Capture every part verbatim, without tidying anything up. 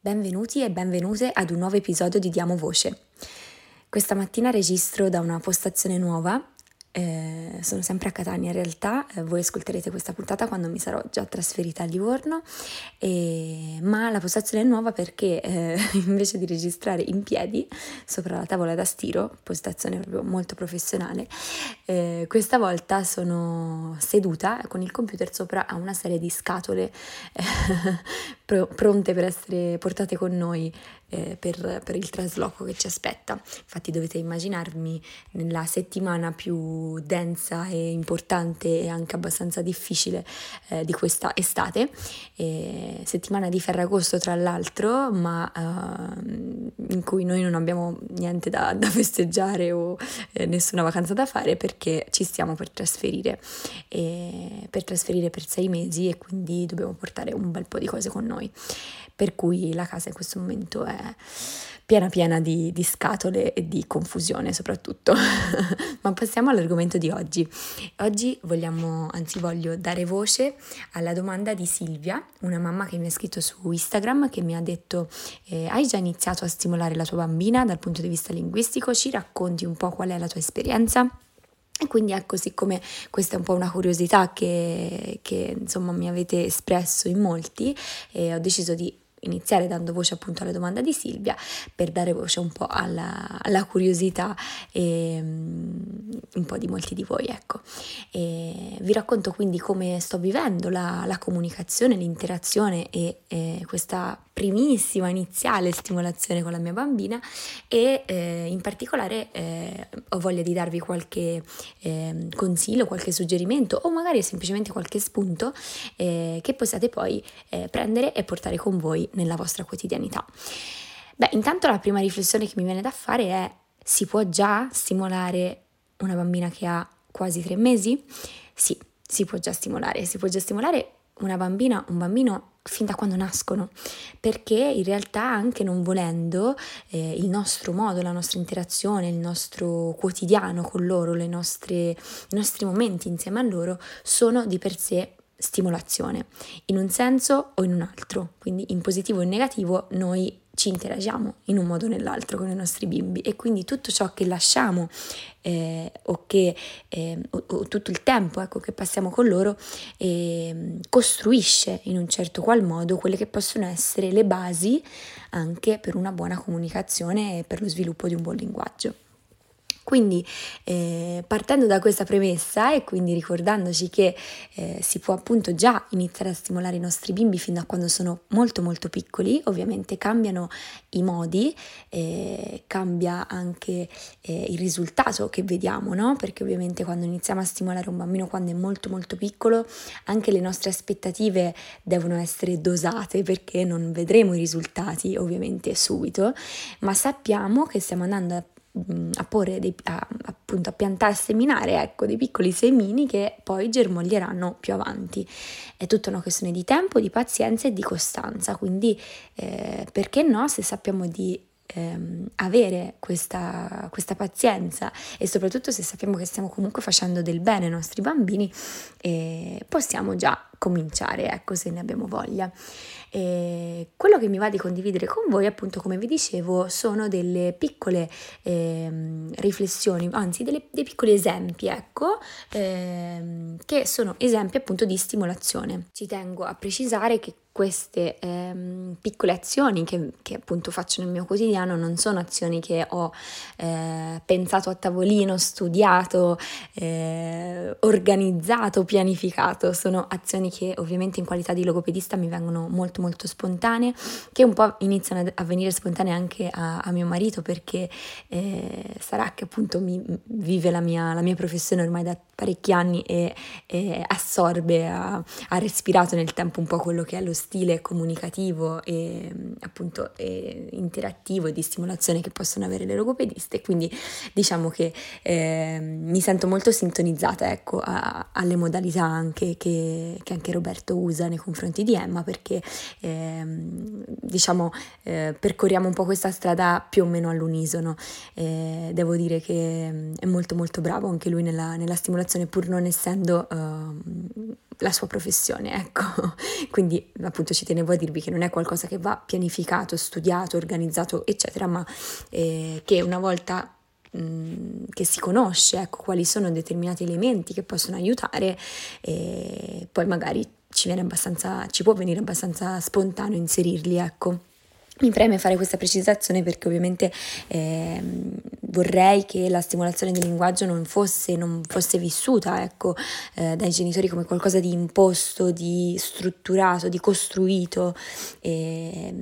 Benvenuti e benvenute ad un nuovo episodio di Diamo Voce. Questa mattina registro da una postazione nuova, eh, sono sempre a Catania in realtà, eh, voi ascolterete questa puntata quando mi sarò già trasferita a Livorno, e, ma la postazione è nuova perché eh, invece di registrare in piedi sopra la tavola da stiro, postazione proprio molto professionale, eh, questa volta sono seduta con il computer sopra a una serie di scatole eh, pronte per essere portate con noi eh, per, per il trasloco che ci aspetta. Infatti dovete immaginarmi nella settimana più densa e importante e anche abbastanza difficile eh, di questa estate, e settimana di Ferragosto tra l'altro, ma eh, in cui noi non abbiamo niente da, da festeggiare o eh, nessuna vacanza da fare perché ci stiamo per trasferire, e per trasferire per sei mesi e quindi dobbiamo portare un bel po' di cose con noi, per cui la casa in questo momento è piena piena di, di scatole e di confusione soprattutto. Ma passiamo all'argomento di oggi. Oggi vogliamo, anzi voglio dare voce alla domanda di Silvia, una mamma che mi ha scritto su Instagram, che mi ha detto eh, hai già iniziato a stimolare la tua bambina dal punto di vista linguistico? Ci racconti un po' qual è la tua esperienza? E quindi ecco, siccome questa è un po' una curiosità che, che insomma mi avete espresso in molti, eh, ho deciso di iniziare dando voce appunto alla domanda di Silvia per dare voce un po' alla, alla curiosità e um, un po' di molti di voi, ecco. E vi racconto quindi come sto vivendo la, la comunicazione, l'interazione e eh, questa primissima iniziale stimolazione con la mia bambina, e eh, in particolare eh, ho voglia di darvi qualche eh, consiglio, qualche suggerimento o magari semplicemente qualche spunto eh, che possiate poi eh, prendere e portare con voi nella vostra quotidianità. Beh, intanto la prima riflessione che mi viene da fare è: si può già stimolare una bambina che ha quasi tre mesi? Sì, si può già stimolare, si può già stimolare una bambina, un bambino fin da quando nascono, perché in realtà anche non volendo eh, il nostro modo, la nostra interazione, il nostro quotidiano con loro, le nostre, i nostri momenti insieme a loro sono di per sé stimolazione, in un senso o in un altro, quindi in positivo o in negativo noi ci interagiamo in un modo o nell'altro con i nostri bimbi, e quindi tutto ciò che lasciamo eh, o che eh, o, o tutto il tempo ecco, che passiamo con loro eh, costruisce in un certo qual modo quelle che possono essere le basi anche per una buona comunicazione e per lo sviluppo di un buon linguaggio. Quindi eh, partendo da questa premessa e quindi ricordandoci che eh, si può appunto già iniziare a stimolare i nostri bimbi fin da quando sono molto molto piccoli, ovviamente cambiano i modi, eh, cambia anche eh, il risultato che vediamo, no? Perché ovviamente quando iniziamo a stimolare un bambino quando è molto molto piccolo, anche le nostre aspettative devono essere dosate, perché non vedremo i risultati ovviamente subito, ma sappiamo che stiamo andando a a porre dei, a, appunto a piantare, a seminare ecco dei piccoli semini che poi germoglieranno più avanti. È tutta una questione di tempo, di pazienza e di costanza, quindi eh, perché no, se sappiamo di ehm, avere questa, questa pazienza e soprattutto se sappiamo che stiamo comunque facendo del bene ai nostri bambini, eh, possiamo già cominciare, ecco, se ne abbiamo voglia. E quello che mi va di condividere con voi, appunto, come vi dicevo, sono delle piccole ehm, riflessioni, anzi delle, dei piccoli esempi, ecco, ehm, che sono esempi appunto di stimolazione. Ci tengo a precisare che queste ehm, piccole azioni che, che appunto faccio nel mio quotidiano non sono azioni che ho eh, pensato a tavolino, studiato, eh, organizzato, pianificato. Sono azioni che ovviamente in qualità di logopedista mi vengono molto molto spontanee, che un po' iniziano a venire spontanee anche a, a mio marito, perché eh, sarà che appunto mi vive la mia, la mia professione ormai da parecchi anni e, e assorbe, ha, ha respirato nel tempo un po' quello che è lo stile comunicativo e appunto e interattivo e di stimolazione che possono avere le logopediste, quindi diciamo che eh, mi sento molto sintonizzata ecco a, alle modalità anche che, che anche Roberto usa nei confronti di Emma, perché eh, diciamo eh, percorriamo un po' questa strada più o meno all'unisono. Eh, devo dire che è molto molto bravo anche lui nella, nella stimolazione, pur non essendo uh, la sua professione, ecco. Quindi appunto ci tenevo a dirvi che non è qualcosa che va pianificato, studiato, organizzato, eccetera, ma eh, che una volta mh, che si conosce, ecco, quali sono determinati elementi che possono aiutare, e poi magari ci viene abbastanza, ci può venire abbastanza spontaneo inserirli, ecco. Mi preme fare questa precisazione perché ovviamente eh, vorrei che la stimolazione del linguaggio non fosse, non fosse vissuta, ecco, eh, dai genitori come qualcosa di imposto, di strutturato, di costruito, eh,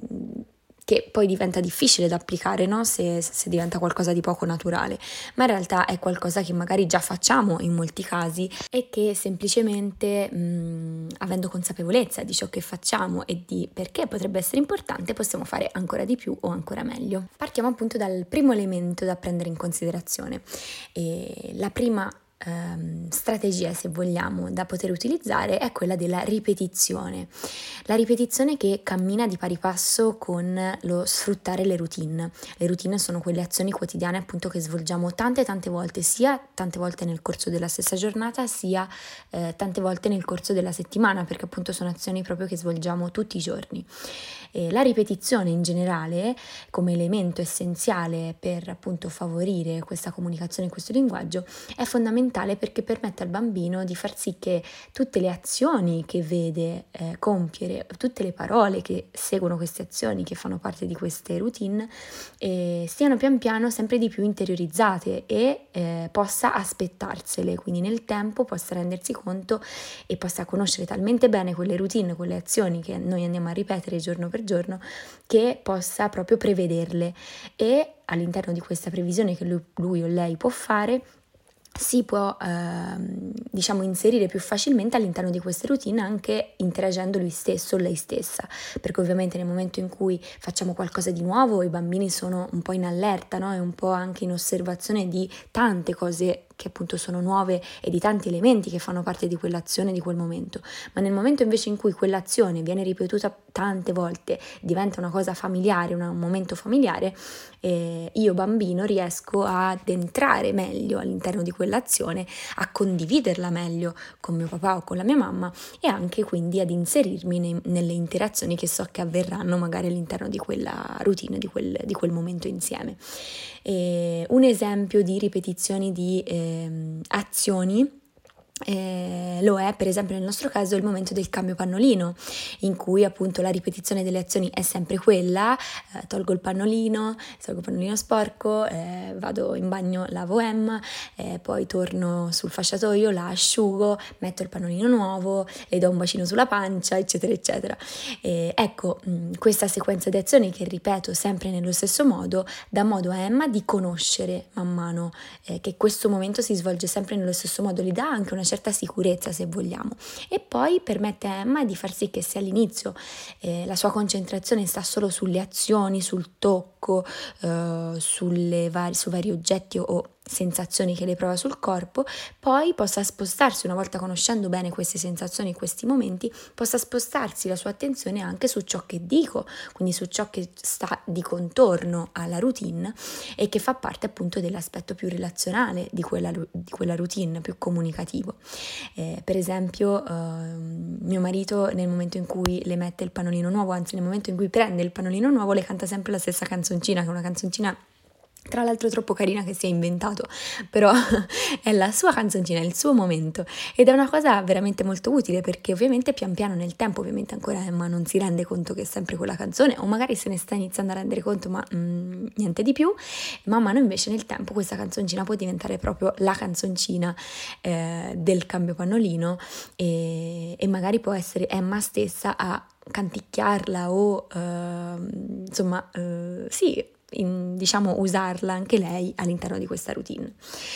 che poi diventa difficile da applicare, no? se, se diventa qualcosa di poco naturale, ma in realtà è qualcosa che magari già facciamo in molti casi e che semplicemente mh, avendo consapevolezza di ciò che facciamo e di perché potrebbe essere importante, possiamo fare ancora di più o ancora meglio. Partiamo appunto dal primo elemento da prendere in considerazione. E la prima ehm, strategia, se vogliamo, da poter utilizzare è quella della ripetizione. La ripetizione che cammina di pari passo con lo sfruttare le routine. Le routine sono quelle azioni quotidiane appunto che svolgiamo tante tante volte, sia tante volte nel corso della stessa giornata, sia eh, tante volte nel corso della settimana, perché appunto sono azioni proprio che svolgiamo tutti i giorni. E la ripetizione in generale, come elemento essenziale per appunto favorire questa comunicazione, questo linguaggio, è fondamentale perché permette al bambino di far sì che tutte le azioni che vede eh, compiere, tutte le parole che seguono queste azioni, che fanno parte di queste routine, eh, stiano pian piano sempre di più interiorizzate e eh, possa aspettarsele, quindi nel tempo possa rendersi conto e possa conoscere talmente bene quelle routine, quelle azioni che noi andiamo a ripetere giorno per giorno, che possa proprio prevederle, e all'interno di questa previsione che lui, lui o lei può fare si può ehm, diciamo inserire più facilmente all'interno di queste routine, anche interagendo lui stesso o lei stessa, perché ovviamente nel momento in cui facciamo qualcosa di nuovo i bambini sono un po' in allerta, no? E un po' anche in osservazione di tante cose che appunto sono nuove e di tanti elementi che fanno parte di quell'azione, di quel momento. Ma nel momento invece in cui quell'azione viene ripetuta tante volte, diventa una cosa familiare, una, un momento familiare, eh, io bambino riesco ad entrare meglio all'interno di quell'azione, a condividerla meglio con mio papà o con la mia mamma, e anche quindi ad inserirmi nei, nelle interazioni che so che avverranno magari all'interno di quella routine, di quel, di quel momento insieme. E un esempio di ripetizioni di eh, azioni Eh, lo è per esempio nel nostro caso il momento del cambio pannolino, in cui appunto la ripetizione delle azioni è sempre quella: eh, tolgo il pannolino, tolgo il pannolino sporco, eh, vado in bagno, lavo Emma, eh, poi torno sul fasciatoio, la asciugo, metto il pannolino nuovo, le do un bacino sulla pancia, eccetera eccetera. E ecco, mh, questa sequenza di azioni che ripeto sempre nello stesso modo dà modo a Emma di conoscere man mano eh, che questo momento si svolge sempre nello stesso modo, gli dà anche una certa sicurezza, se vogliamo, e poi permette a Emma di far sì che se all'inizio eh, la sua concentrazione sta solo sulle azioni, sul tocco, eh, sulle vari, su vari oggetti o sensazioni che le prova sul corpo, poi possa spostarsi, una volta conoscendo bene queste sensazioni, questi momenti, possa spostarsi la sua attenzione anche su ciò che dico, quindi su ciò che sta di contorno alla routine e che fa parte appunto dell'aspetto più relazionale di quella, di quella routine, più comunicativo. Eh, per esempio eh, mio marito nel momento in cui le mette il pannolino nuovo, anzi nel momento in cui prende il pannolino nuovo, le canta sempre la stessa canzoncina, che è una canzoncina tra l'altro troppo carina che si è inventato, però è la sua canzoncina, è il suo momento, ed è una cosa veramente molto utile, perché ovviamente pian piano nel tempo, ovviamente ancora Emma non si rende conto che è sempre quella canzone, o magari se ne sta iniziando a rendere conto ma mm, niente di più, man mano invece nel tempo questa canzoncina può diventare proprio la canzoncina eh, del cambio pannolino, e, e magari può essere Emma stessa a canticchiarla o eh, insomma eh, sì, In, diciamo usarla anche lei all'interno di questa routine.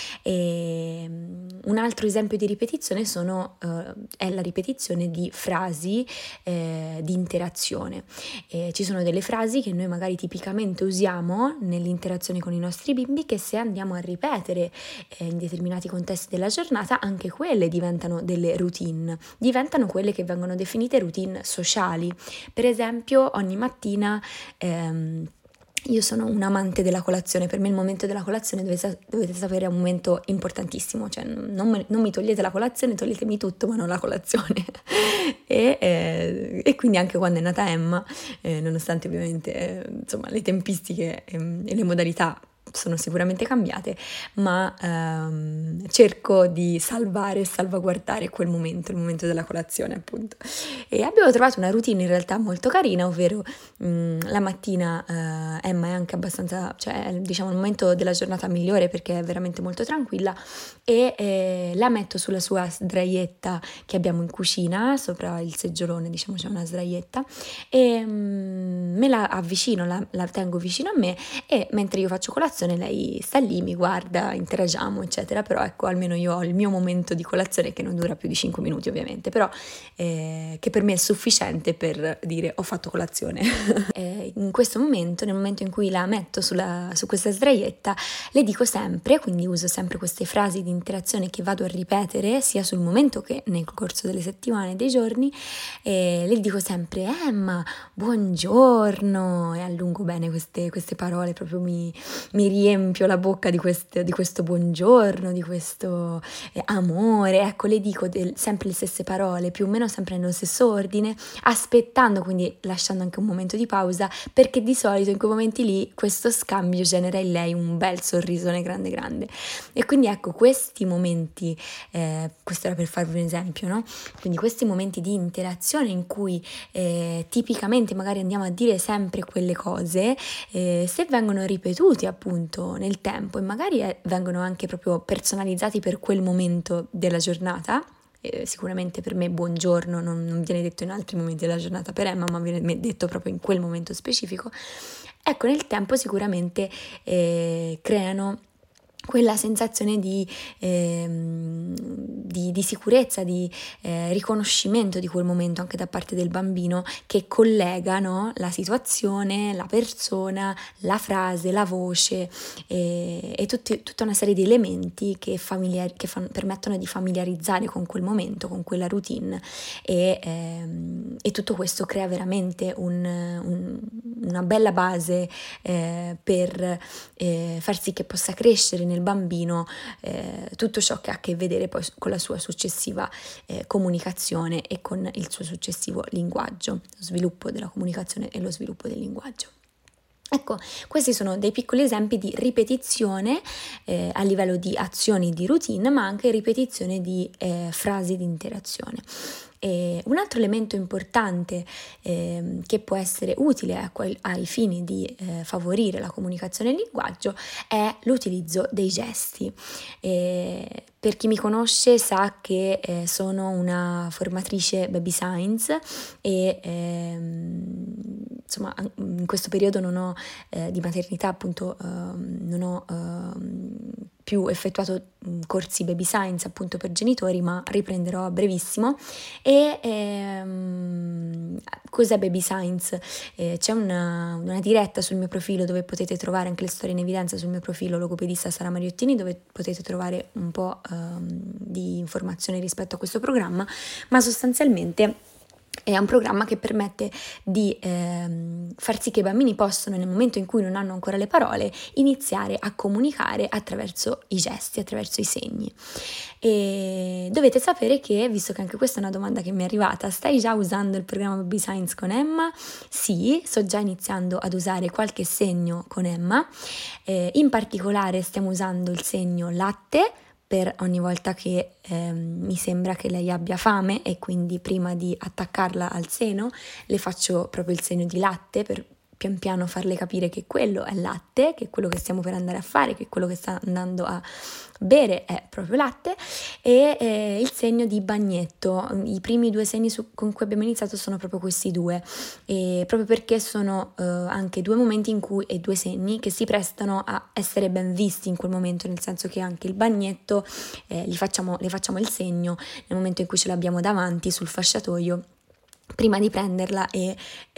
E, um, un altro esempio di ripetizione sono, uh, è la ripetizione di frasi eh, di interazione. E ci sono delle frasi che noi magari tipicamente usiamo nell'interazione con i nostri bimbi, che se andiamo a ripetere eh, in determinati contesti della giornata, anche quelle diventano delle routine, diventano quelle che vengono definite routine sociali. Per esempio ogni mattina ehm, Io sono un amante della colazione, per me il momento della colazione dovete, dovete sapere è un momento importantissimo, cioè non, me, non mi togliete la colazione, toglietemi tutto ma non la colazione. e, eh, e quindi anche quando è nata Emma, eh, nonostante ovviamente eh, insomma, le tempistiche eh, e le modalità sono sicuramente cambiate, ma ehm, cerco di salvare e salvaguardare quel momento, il momento della colazione appunto. E abbiamo trovato una routine in realtà molto carina, ovvero mh, la mattina eh, Emma è anche abbastanza, cioè è, diciamo il momento della giornata migliore perché è veramente molto tranquilla e eh, la metto sulla sua sdraietta che abbiamo in cucina, sopra il seggiolone diciamo c'è una sdraietta e mh, me la avvicino, la, la tengo vicino a me e mentre io faccio colazione lei sta lì, mi guarda, interagiamo eccetera, però ecco almeno io ho il mio momento di colazione che non dura più di cinque minuti ovviamente, però eh, che per me è sufficiente per dire ho fatto colazione. eh, in questo momento, nel momento in cui la metto sulla, su questa sdraietta, le dico sempre, quindi uso sempre queste frasi di interazione che vado a ripetere sia sul momento che nel corso delle settimane, dei giorni, e le dico sempre Emma, buongiorno, e allungo bene queste, queste parole, proprio mi, mi riempio la bocca di, queste, di questo buongiorno, di questo eh, amore, ecco le dico del, sempre le stesse parole, più o meno sempre nello stesso ordine, aspettando, quindi lasciando anche un momento di pausa, perché di solito in quei momenti lì questo scambio genera in lei un bel sorrisone grande grande. E quindi ecco questi momenti, eh, questo era per farvi un esempio, no? Quindi questi momenti di interazione in cui eh, tipicamente magari andiamo a dire sempre quelle cose, eh, se vengono ripetuti appunto nel tempo e magari eh, vengono anche proprio personalizzati per quel momento della giornata, eh, sicuramente per me buongiorno non, non viene detto in altri momenti della giornata per Emma, ma viene detto proprio in quel momento specifico, ecco nel tempo sicuramente eh, creano quella sensazione di, ehm, di, di sicurezza, di eh, riconoscimento di quel momento anche da parte del bambino, che collega, no, la situazione, la persona, la frase, la voce e, e tutti, tutta una serie di elementi che, familiar- che fan- permettono di familiarizzare con quel momento, con quella routine e, ehm, e tutto questo crea veramente un, un, una bella base eh, per eh, far sì che possa crescere nel bambino eh, tutto ciò che ha a che vedere poi con la sua successiva eh, comunicazione e con il suo successivo linguaggio, lo sviluppo della comunicazione e lo sviluppo del linguaggio. Ecco, questi sono dei piccoli esempi di ripetizione eh, a livello di azioni di routine, ma anche ripetizione di eh, frasi di interazione. E un altro elemento importante eh, che può essere utile a quel, ai fini di eh, favorire la comunicazione e il linguaggio è l'utilizzo dei gesti. E per chi mi conosce sa che eh, sono una formatrice baby science e ehm, insomma in questo periodo non ho eh, di maternità appunto ehm, non ho ehm, più effettuato corsi baby science appunto per genitori, ma riprenderò a brevissimo. E ehm, cos'è baby science? Eh, c'è una, una diretta sul mio profilo dove potete trovare anche le storie in evidenza sul mio profilo logopedista Sara Mariottini, dove potete trovare un po' ehm, di informazioni rispetto a questo programma, ma sostanzialmente è un programma che permette di ehm, far sì che i bambini possano, nel momento in cui non hanno ancora le parole, iniziare a comunicare attraverso i gesti, attraverso i segni. E dovete sapere che, visto che anche questa è una domanda che mi è arrivata, stai già usando il programma Baby Science con Emma? Sì, sto già iniziando ad usare qualche segno con Emma, eh, in particolare stiamo usando il segno latte, per ogni volta che eh, mi sembra che lei abbia fame e quindi prima di attaccarla al seno le faccio proprio il segno di latte per pian piano farle capire che quello è latte, che quello che stiamo per andare a fare, che quello che sta andando a bere è proprio latte, e eh, il segno di bagnetto. I primi due segni su, con cui abbiamo iniziato sono proprio questi due, e proprio perché sono eh, anche due momenti in cui, e due segni che si prestano a essere ben visti in quel momento, nel senso che anche il bagnetto eh, gli facciamo, le facciamo il segno nel momento in cui ce l'abbiamo davanti sul fasciatoio, prima di prenderla e,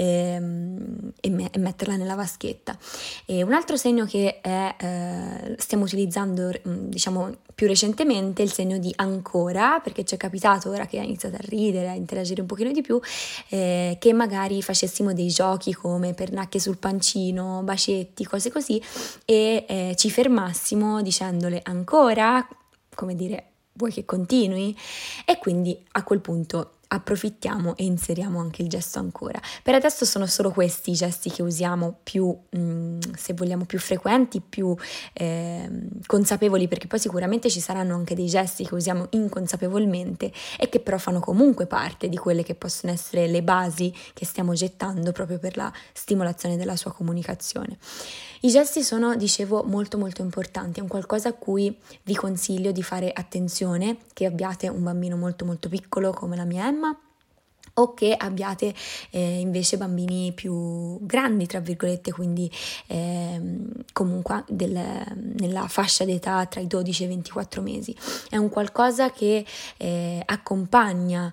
ehm, e, me- e metterla nella vaschetta. E un altro segno che è, eh, stiamo utilizzando diciamo più recentemente è il segno di ancora, perché ci è capitato ora che ha iniziato a ridere, a interagire un pochino di più, eh, che magari facessimo dei giochi come pernacchie sul pancino, bacetti, cose così, e eh, ci fermassimo dicendole ancora, come dire vuoi che continui? E quindi a quel punto approfittiamo e inseriamo anche il gesto ancora. Per adesso sono solo questi i gesti che usiamo più, mh, se vogliamo, più frequenti, più eh, consapevoli, perché poi sicuramente ci saranno anche dei gesti che usiamo inconsapevolmente e che però fanno comunque parte di quelle che possono essere le basi che stiamo gettando proprio per la stimolazione della sua comunicazione. I gesti sono, dicevo, molto molto importanti, è un qualcosa a cui vi consiglio di fare attenzione, che abbiate un bambino molto molto piccolo come la mia Emma, o che abbiate eh, invece bambini più grandi, tra virgolette, quindi eh, comunque del, nella fascia d'età tra i dodici e i ventiquattro mesi. È un qualcosa che eh, accompagna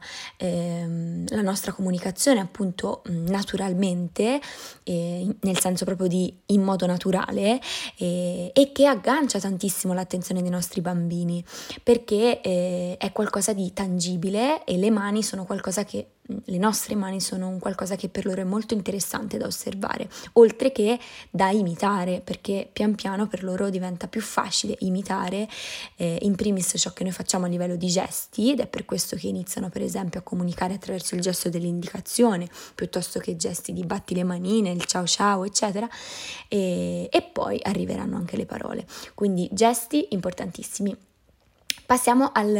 eh, la nostra comunicazione appunto naturalmente, eh, nel senso proprio di in modo naturale, eh, e che aggancia tantissimo l'attenzione dei nostri bambini, perché eh, è qualcosa di tangibile e le mani sono qualcosa che le nostre mani sono un qualcosa che per loro è molto interessante da osservare, oltre che da imitare, perché pian piano per loro diventa più facile imitare eh, in primis ciò che noi facciamo a livello di gesti, ed è per questo che iniziano per esempio a comunicare attraverso il gesto dell'indicazione piuttosto che gesti di batti le manine, il ciao ciao eccetera, e, e poi arriveranno anche le parole, quindi gesti importantissimi. Passiamo al,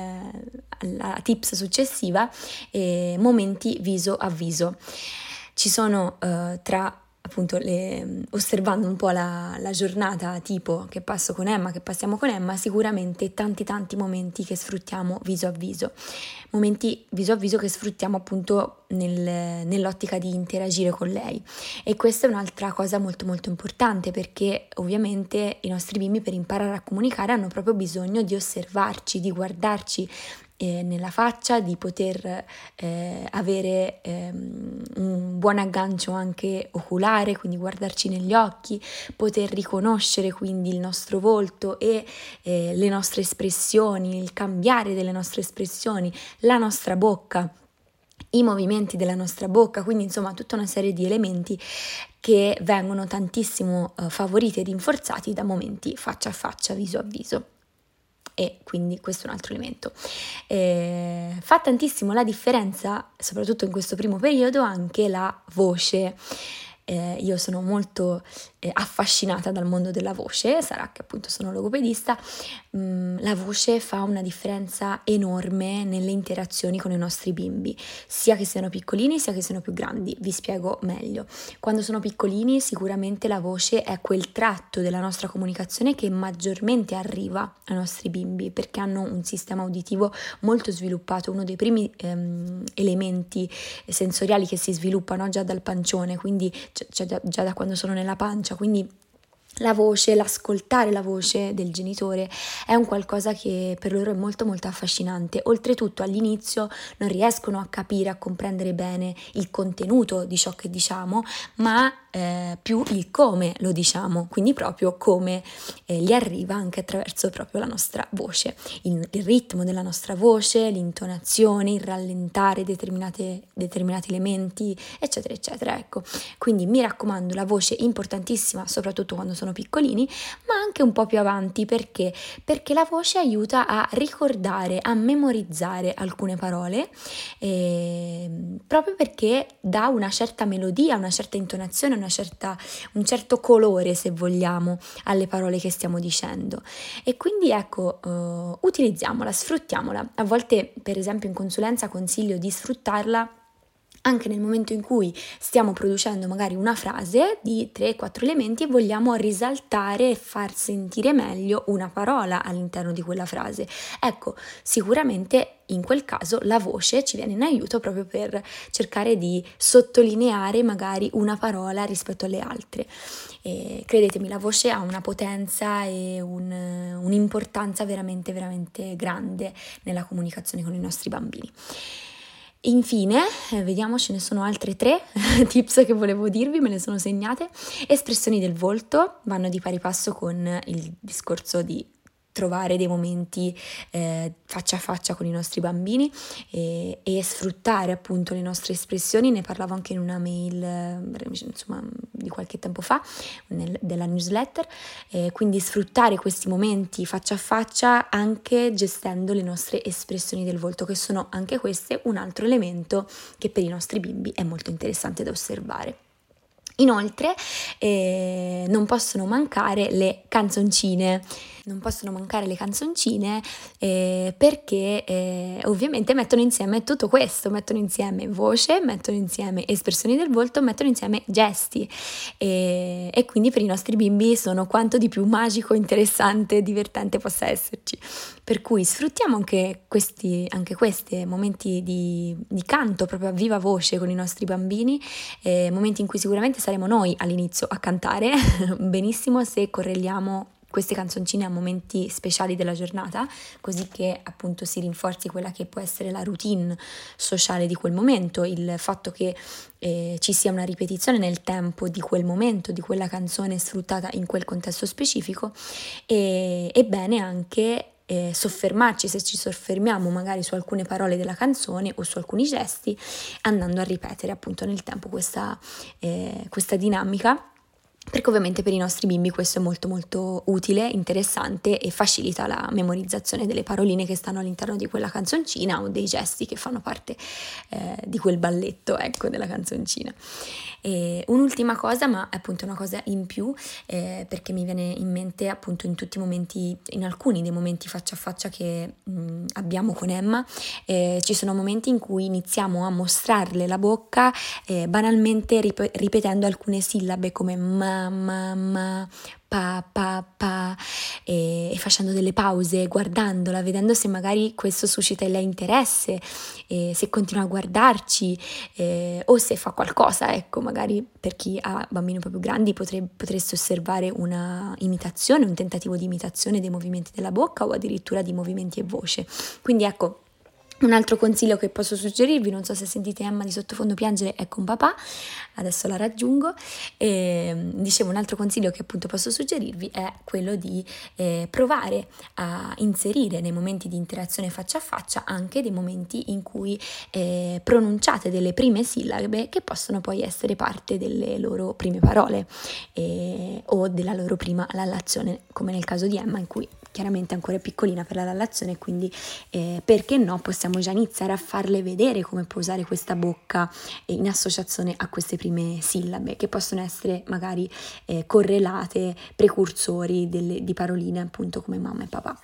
alla tips successiva, eh, momenti viso a viso. Ci sono eh, tra appunto le, osservando un po' la, la giornata tipo che passo con Emma, che passiamo con Emma, sicuramente tanti tanti momenti che sfruttiamo viso a viso, momenti viso a viso che sfruttiamo appunto nel, nell'ottica di interagire con lei, e questa è un'altra cosa molto molto importante, perché ovviamente i nostri bimbi per imparare a comunicare hanno proprio bisogno di osservarci, di guardarci eh, nella faccia, di poter eh, avere ehm, un buon aggancio anche oculare, quindi guardarci negli occhi, poter riconoscere quindi il nostro volto e eh, le nostre espressioni, il cambiare delle nostre espressioni, la nostra bocca, i movimenti della nostra bocca, quindi insomma tutta una serie di elementi che vengono tantissimo eh, favoriti e rinforzati da momenti faccia a faccia, viso a viso. E quindi questo è un altro elemento. Eh, fa tantissimo la differenza, soprattutto in questo primo periodo, anche la voce. Eh, io sono molto eh, affascinata dal mondo della voce, sarà che appunto sono logopedista. Mm, la voce fa una differenza enorme nelle interazioni con i nostri bimbi, sia che siano piccolini sia che siano più grandi. Vi spiego meglio. Quando sono piccolini sicuramente la voce è quel tratto della nostra comunicazione che maggiormente arriva ai nostri bimbi, perché hanno un sistema uditivo molto sviluppato, uno dei primi ehm, elementi sensoriali che si sviluppano già dal pancione, quindi già, già, già da quando sono nella pancia, quindi la voce, l'ascoltare la voce del genitore è un qualcosa che per loro è molto molto affascinante. Oltretutto all'inizio non riescono a capire, a comprendere bene il contenuto di ciò che diciamo, ma eh, più il come lo diciamo, quindi proprio come eh, gli arriva anche attraverso proprio la nostra voce, il, il ritmo della nostra voce, l'intonazione, il rallentare determinate, determinati elementi, eccetera eccetera. Ecco, quindi mi raccomando, la voce è importantissima soprattutto quando sono piccolini, ma anche un po' più avanti. Perché? Perché la voce aiuta a ricordare, a memorizzare alcune parole, eh, proprio perché dà una certa melodia, una certa intonazione, una certa, un certo colore, se vogliamo, alle parole che stiamo dicendo. E quindi ecco, uh, utilizziamola, sfruttiamola. A volte, per esempio, in consulenza consiglio di sfruttarla anche nel momento in cui stiamo producendo magari una frase di tre quattro elementi e vogliamo risaltare e far sentire meglio una parola all'interno di quella frase. Ecco, sicuramente in quel caso la voce ci viene in aiuto proprio per cercare di sottolineare magari una parola rispetto alle altre. E credetemi, la voce ha una potenza e un, un'importanza veramente veramente grande nella comunicazione con i nostri bambini. Infine, eh, vediamo, ce ne sono altre tre tips che volevo dirvi, me le sono segnate. Espressioni del volto vanno di pari passo con il discorso di trovare dei momenti eh, faccia a faccia con i nostri bambini e, e sfruttare appunto le nostre espressioni. Ne parlavo anche in una mail eh, insomma di qualche tempo fa nel, della newsletter, eh, quindi sfruttare questi momenti faccia a faccia anche gestendo le nostre espressioni del volto, che sono anche queste un altro elemento che per i nostri bimbi è molto interessante da osservare. Inoltre eh, non possono mancare le canzoncine, non possono mancare le canzoncine eh, perché eh, ovviamente mettono insieme tutto questo, mettono insieme voce, mettono insieme espressioni del volto, mettono insieme gesti e, e quindi per i nostri bimbi sono quanto di più magico, interessante, divertente possa esserci. Per cui sfruttiamo anche questi anche questi momenti di, di canto proprio a viva voce con i nostri bambini, eh, momenti in cui sicuramente saremo noi all'inizio a cantare benissimo se correliamo queste canzoncine a momenti speciali della giornata, così che appunto si rinforzi quella che può essere la routine sociale di quel momento, il fatto che eh, ci sia una ripetizione nel tempo di quel momento, di quella canzone sfruttata in quel contesto specifico, e, e bene anche eh, soffermarci, se ci soffermiamo magari su alcune parole della canzone o su alcuni gesti, andando a ripetere appunto nel tempo questa, eh, questa dinamica, perché ovviamente per i nostri bimbi questo è molto molto utile, interessante e facilita la memorizzazione delle paroline che stanno all'interno di quella canzoncina o dei gesti che fanno parte eh, di quel balletto, ecco, della canzoncina. E un'ultima cosa, ma è appunto una cosa in più, eh, perché mi viene in mente appunto in tutti i momenti, in alcuni dei momenti faccia a faccia che mh, abbiamo con Emma, eh, ci sono momenti in cui iniziamo a mostrarle la bocca eh, banalmente rip- ripetendo alcune sillabe come ma, ma, ma, pa, pa, pa, e, e facendo delle pause, guardandola, vedendo se magari questo suscita in lei interesse, e se continua a guardarci eh, o se fa qualcosa. Ecco, magari per chi ha bambini un po' più grandi potre, potreste osservare una imitazione, un tentativo di imitazione dei movimenti della bocca o addirittura di movimenti e voce. Quindi ecco, un altro consiglio che posso suggerirvi, non so se sentite Emma di sottofondo piangere, è con papà, adesso la raggiungo, e, dicevo, un altro consiglio che appunto posso suggerirvi è quello di eh, provare a inserire nei momenti di interazione faccia a faccia anche dei momenti in cui eh, pronunciate delle prime sillabe che possono poi essere parte delle loro prime parole eh, o della loro prima lallazione, come nel caso di Emma, in cui chiaramente è ancora piccolina per la lallazione, quindi eh, perché no, possiamo già iniziare a farle vedere come può usare questa bocca eh, in associazione a queste prime sillabe, che possono essere magari eh, correlate, precursori delle, di paroline appunto come mamma e papà.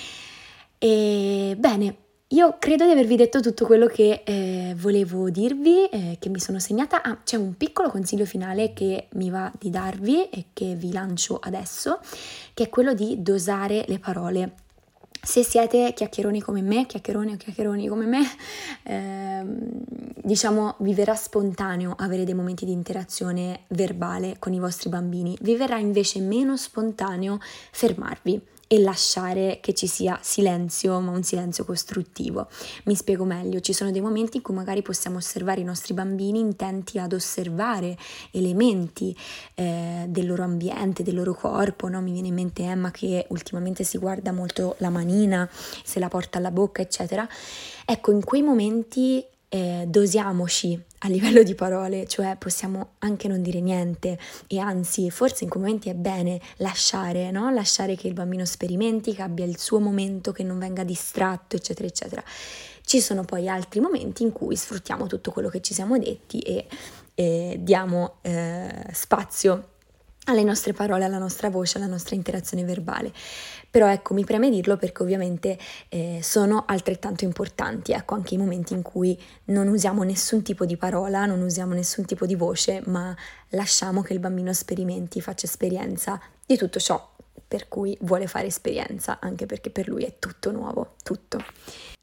E bene, io credo di avervi detto tutto quello che eh, volevo dirvi, eh, che mi sono segnata. Ah, c'è un piccolo consiglio finale che mi va di darvi e che vi lancio adesso, che è quello di dosare le parole. Se siete chiacchieroni come me, chiacchieroni o chiacchieroni come me, ehm, diciamo vi verrà spontaneo avere dei momenti di interazione verbale con i vostri bambini, vi verrà invece meno spontaneo fermarvi e lasciare che ci sia silenzio, ma un silenzio costruttivo. Mi spiego meglio: ci sono dei momenti in cui magari possiamo osservare i nostri bambini intenti ad osservare elementi eh, del loro ambiente, del loro corpo, no? Mi viene in mente Emma che ultimamente si guarda molto la manina, se la porta alla bocca, eccetera. Ecco, in quei momenti eh, dosiamoci a livello di parole, cioè possiamo anche non dire niente e anzi forse in quei momenti è bene lasciare, no? Lasciare che il bambino sperimenti, che abbia il suo momento, che non venga distratto, eccetera eccetera. Ci sono poi altri momenti in cui sfruttiamo tutto quello che ci siamo detti e, e diamo eh, spazio alle nostre parole, alla nostra voce, alla nostra interazione verbale. Però ecco, mi preme dirlo perché ovviamente eh, sono altrettanto importanti, ecco, anche i momenti in cui non usiamo nessun tipo di parola, non usiamo nessun tipo di voce, ma lasciamo che il bambino sperimenti, faccia esperienza di tutto ciò per cui vuole fare esperienza, anche perché per lui è tutto nuovo, tutto.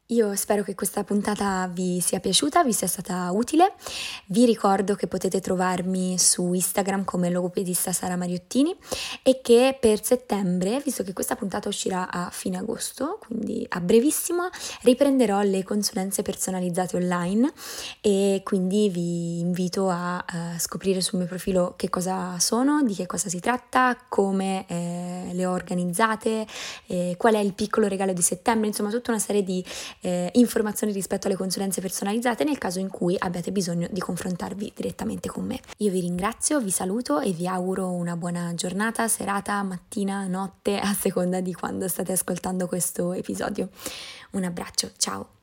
Io spero che questa puntata vi sia piaciuta, vi sia stata utile. Vi ricordo che potete trovarmi su Instagram come logopedista Sara Mariottini e che per settembre, visto che questa puntata uscirà a fine agosto, quindi a brevissimo, riprenderò le consulenze personalizzate online e quindi vi invito a uh, scoprire sul mio profilo che cosa sono, di che cosa si tratta, come eh, le ho organizzate, eh, qual è il piccolo regalo di settembre, insomma tutta una serie di Eh, informazioni rispetto alle consulenze personalizzate nel caso in cui abbiate bisogno di confrontarvi direttamente con me. Io vi ringrazio, vi saluto e vi auguro una buona giornata, serata, mattina, notte, a seconda di quando state ascoltando questo episodio. Un abbraccio, ciao!